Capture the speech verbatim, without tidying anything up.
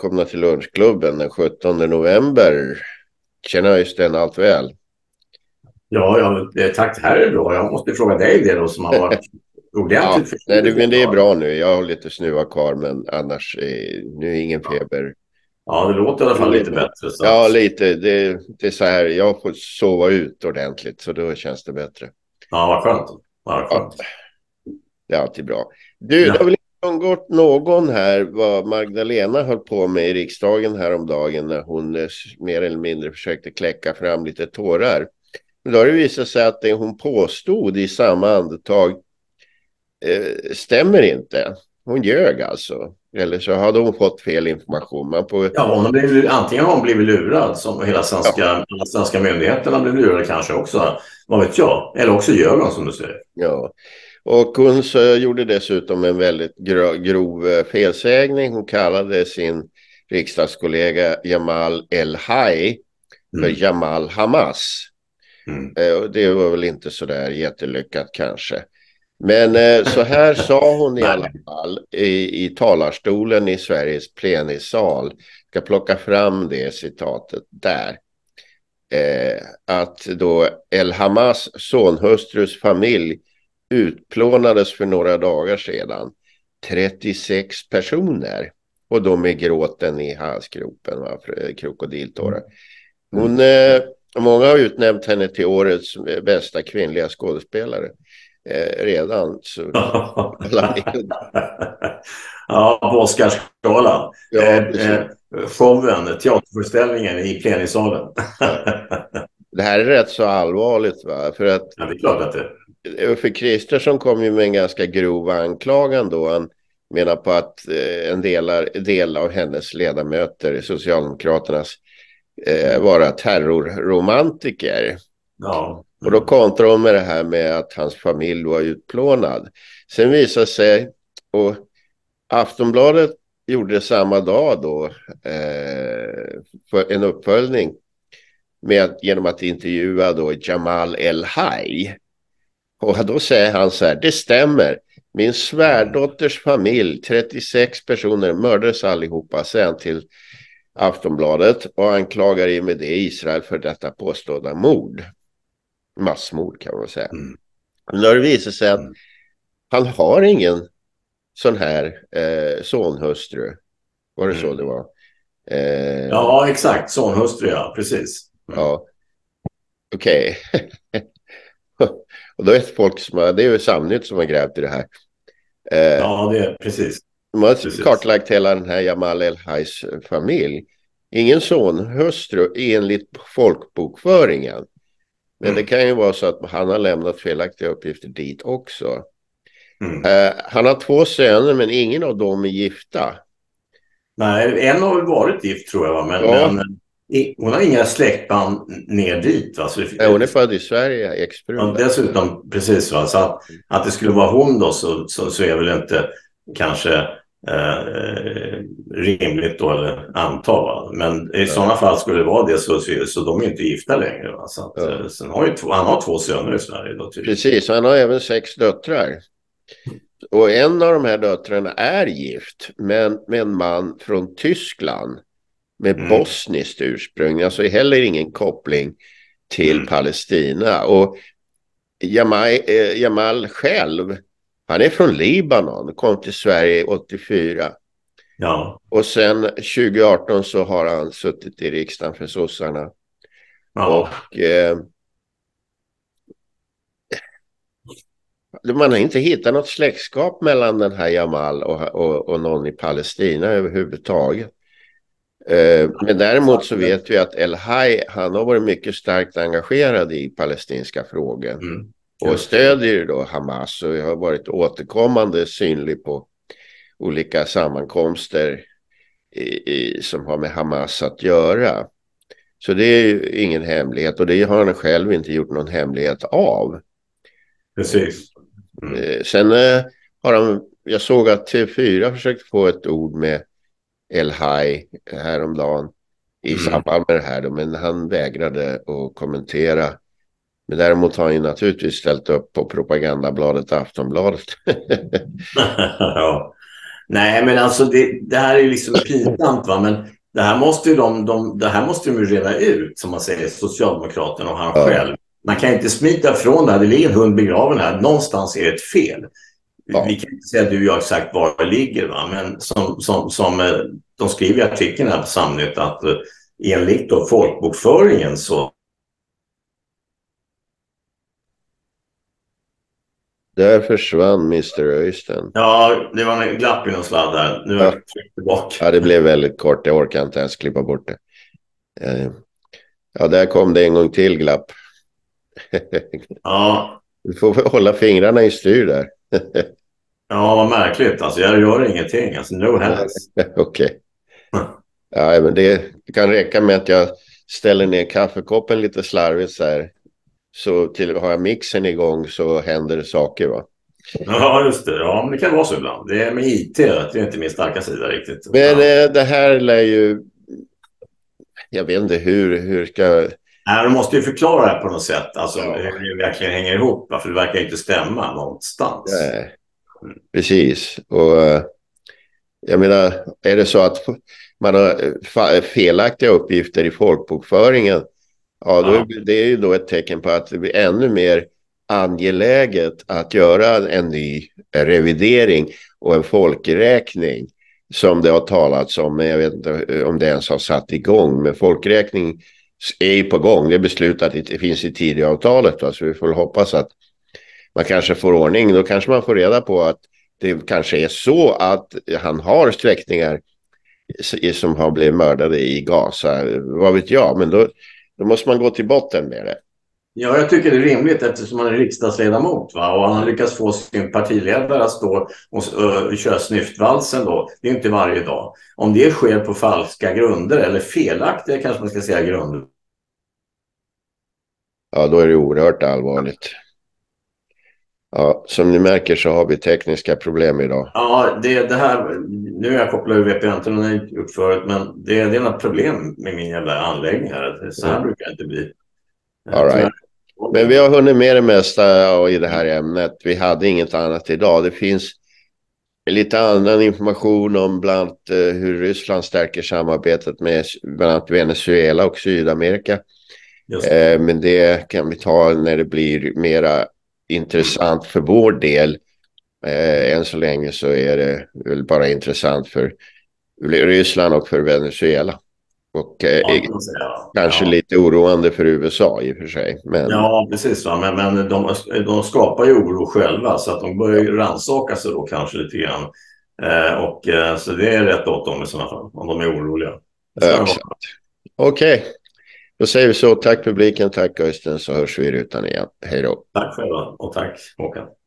välkomna till lunchklubben den sjuttonde november. Tjena Östen, allt väl? Ja, ja, tack. Det här är bra. Jag måste fråga dig det då som har varit ordentligt Ja, nej, det, förkyld. men det är bra nu. Jag har lite snuva kvar, men annars eh, nu är ingen Ja. feber. Ja, det låter i alla fall Ingen lite feber. bättre. Så att, Ja, lite. Det, det är så här, jag får sova ut ordentligt, så då känns det bättre. ja, vad skönt. Vad Ja, skönt. det är alltid bra. Du, det har Ja. väl inte undgått någon här vad Magdalena höll på med i riksdagen häromdagen när hon eh, mer eller mindre försökte kläcka fram lite tårar. Men då har det visat sig att det hon påstod i samma andetag eh, stämmer inte. Hon ljög alltså. Eller så hade hon fått fel information. Man på, Ja, hon har blivit, antingen har hon blivit lurad som hela ja, svenska, alla svenska myndigheterna blev lurade kanske också. Vad vet jag? Eller också gör hon som du säger. ja. Och hon så gjorde dessutom en väldigt gro, grov eh, felsägning. Hon kallade sin riksdagskollega Jamal El-Haj för Mm. Jamal Hamas. Mm. Eh, och det var väl inte så där jättelyckat kanske. Men eh, så här sa hon i alla Nej. fall i, i talarstolen i Sveriges plenisal. Jag ska plocka fram det citatet där. Eh, att då El Hamas sonhustrus familj utplånades för några dagar sedan. trettiosex personer. Och de med gråten i halsgropen, va? Krokodiltårar. Hon, Mm. eh, många har utnämnt henne till årets bästa kvinnliga skådespelare. Eh, redan så alla med. Ja, på Oscarsgalan. Ja, Eh, precis. eh, showen, teaterföreställningen i plenisalen. Ja. Det här är rätt så allvarligt, va? För att Ja, det är klart att det. för Kristersson kom ju med en ganska grov anklagan då. Han menar på att eh, en delar, del av hennes ledamöter, Socialdemokraternas, eh, vara terrorromantiker. Ja. Och då Mm. kontrar hon med det här med att hans familj var utplånad. Sen visar sig, och Aftonbladet gjorde det samma dag då, eh, för en uppföljning med att, genom att intervjua då Jamal El-Haj. Och då säger han så här: det stämmer. Min svärdotters familj, trettiosex personer, mördades allihopa, sen till Aftonbladet, och anklagar i med det Israel för detta påstådda mord. Massmord kan man säga. Mm. Men då har det visat sig att Mm. han har ingen sån här eh, sonhustru. Var det så Mm. det var? Eh, Ja, exakt. Sonhustru, ja. Precis. Mm. ja, okej. Och då är det folk som har, det är ju Samnytt som har grävt i det här. Eh, Ja, det är precis. de har Precis. kartlagt hela den här Jamal El-Hajs familj. Ingen sonhustru enligt folkbokföringen. Men det Mm. kan ju vara så att han har lämnat felaktiga uppgifter dit också. Mm. Eh, han har två söner, men ingen av dem är gifta. Nej, en har väl varit gift tror jag, va? Men, Ja, men i, hon har inga släktband ner dit. Va? Så nej, hon är det, född i Sverige, exfrun ja, där. dessutom, precis. Va? Så att, att det skulle vara hon då så, så, så är väl inte kanske eh, rimligt då, eller anta. Va? Men i Ja, sådana fall skulle det vara det så, så, så de är inte gifta längre. Va? Så att, ja. eh, sen har ju två, han har två söner i Sverige då tydligen. Precis, han har även sex döttrar. Och en av de här döttrarna är gift, men med en man från Tyskland med Mm. bosniskt ursprung. Alltså heller ingen koppling till Mm. Palestina. Och Jamal, eh, Jamal själv, han är från Libanon, kom till Sverige åttiofyra. Ja. Och sen tjugo arton så har han suttit i riksdagen för sossarna. Ja. Och eh, man har inte hittat något släktskap mellan den här Jamal och, och, och någon i Palestina överhuvudtaget. Eh, men däremot så vet vi att El-Haj, han har varit mycket starkt engagerad i palestinska frågor. Mm. Och Just det. stödjer då Hamas och har varit återkommande synlig på olika sammankomster i, i, som har med Hamas att göra. Så det är ju ingen hemlighet, och det har han själv inte gjort någon hemlighet av. Precis. Mm. Eh, sen eh, har han, jag såg att T V fyra försökte få ett ord med El-Haj häromdagen i Mm. samband med det här då, men han vägrade att kommentera. Men däremot har han ju naturligtvis ställt upp på propagandabladet Aftonbladet. Ja. Nej, men alltså det, det här är ju liksom pinsamt, va? Men det här måste ju de, de, det här måste de ju reda ut, som man säger, Socialdemokraterna och han Ja. själv. Man kan inte smita från det här. Det ligger en hund begraven här. Någonstans är det ett fel. Ja. Vi kan inte säga att du och jag exakt var det ligger, va? Men som, som, som eh, de skriver i artikeln här på Samnytt att eh, enligt då folkbokföringen så... Där försvann mister Öystein. Ja, det var en glapp i någon sladd där. Nu är jag tillbaka. Ja, det blev väldigt kort. Jag orkar inte ens klippa bort det. Ja, där kom det en gång till glapp. Ja. Du får hålla fingrarna i styr där. Ja, vad märkligt. Alltså, jag gör ingenting. Alltså, no hands. Okej. Ja, men det kan räcka med att jag ställer ner kaffekoppen lite slarvigt så här. Så till, har jag mixen igång så händer det saker, va? Ja, just det. Ja, men det kan vara så ibland. Det är med I T, det är inte min starka sida riktigt. Men ja. eh, det här lär ju... Jag vet inte hur, hur ska... Nej, de måste ju förklara det på något sätt. Alltså Ja. hur det verkligen hänger ihop. För det verkar inte stämma någonstans. Nej, precis. Och jag menar, är det så att man har felaktiga uppgifter i folkbokföringen, ja, då är det är ju då ett tecken på att det blir ännu mer angeläget att göra en ny revidering och en folkräkning som det har talats om. Men jag vet inte om det ens har satt igång. Men folkräkning är ju på gång. Det är beslutat, det finns i Tidöavtalet. Va? Så vi får hoppas att man kanske får ordning. Då kanske man får reda på att det kanske är så att han har släktingar som har blivit mördade i Gaza. Vad vet jag, men då, då måste man gå till botten med det. Ja, jag tycker det är rimligt eftersom han är riksdagsledamot, va? Och han har lyckats få sin partiledare att stå och uh, köra snyftvalsen då. Det är inte varje dag. Om det sker på falska grunder eller felaktiga kanske man ska säga grunder. Ja, då är det oerhört allvarligt. Ja, som ni märker så har vi tekniska problem idag. Ja, det, det här, nu är jag kopplad ur V P N till den här uppföret, men det, det är något problem med min jävla anläggning här. Så här mm. brukar det inte bli. All right. Men vi har hunnit med det mesta i det här ämnet. Vi hade inget annat idag. Det finns lite annan information om bland annat hur Ryssland stärker samarbetet med bland annat Venezuela och Sydamerika. Det. Men det kan vi ta när det blir mera intressant för vår del. Eh, än så länge så är det väl bara intressant för Ryssland och för Venezuela. Och eh, ja, kanske ja. lite oroande för U S A i och för sig. Men... Ja, precis. Va? Men, men de, de skapar ju oro själva så att de börjar ju rannsaka sig då kanske lite grann. Eh, och, eh, så det är rätt åt dem i sådana fall, om de är oroliga. Okej. Okay. Då säger vi så. Tack publiken, tack Öystein, så hörs vi i rutan igen. Hej då. Tack själva och tack Håkan.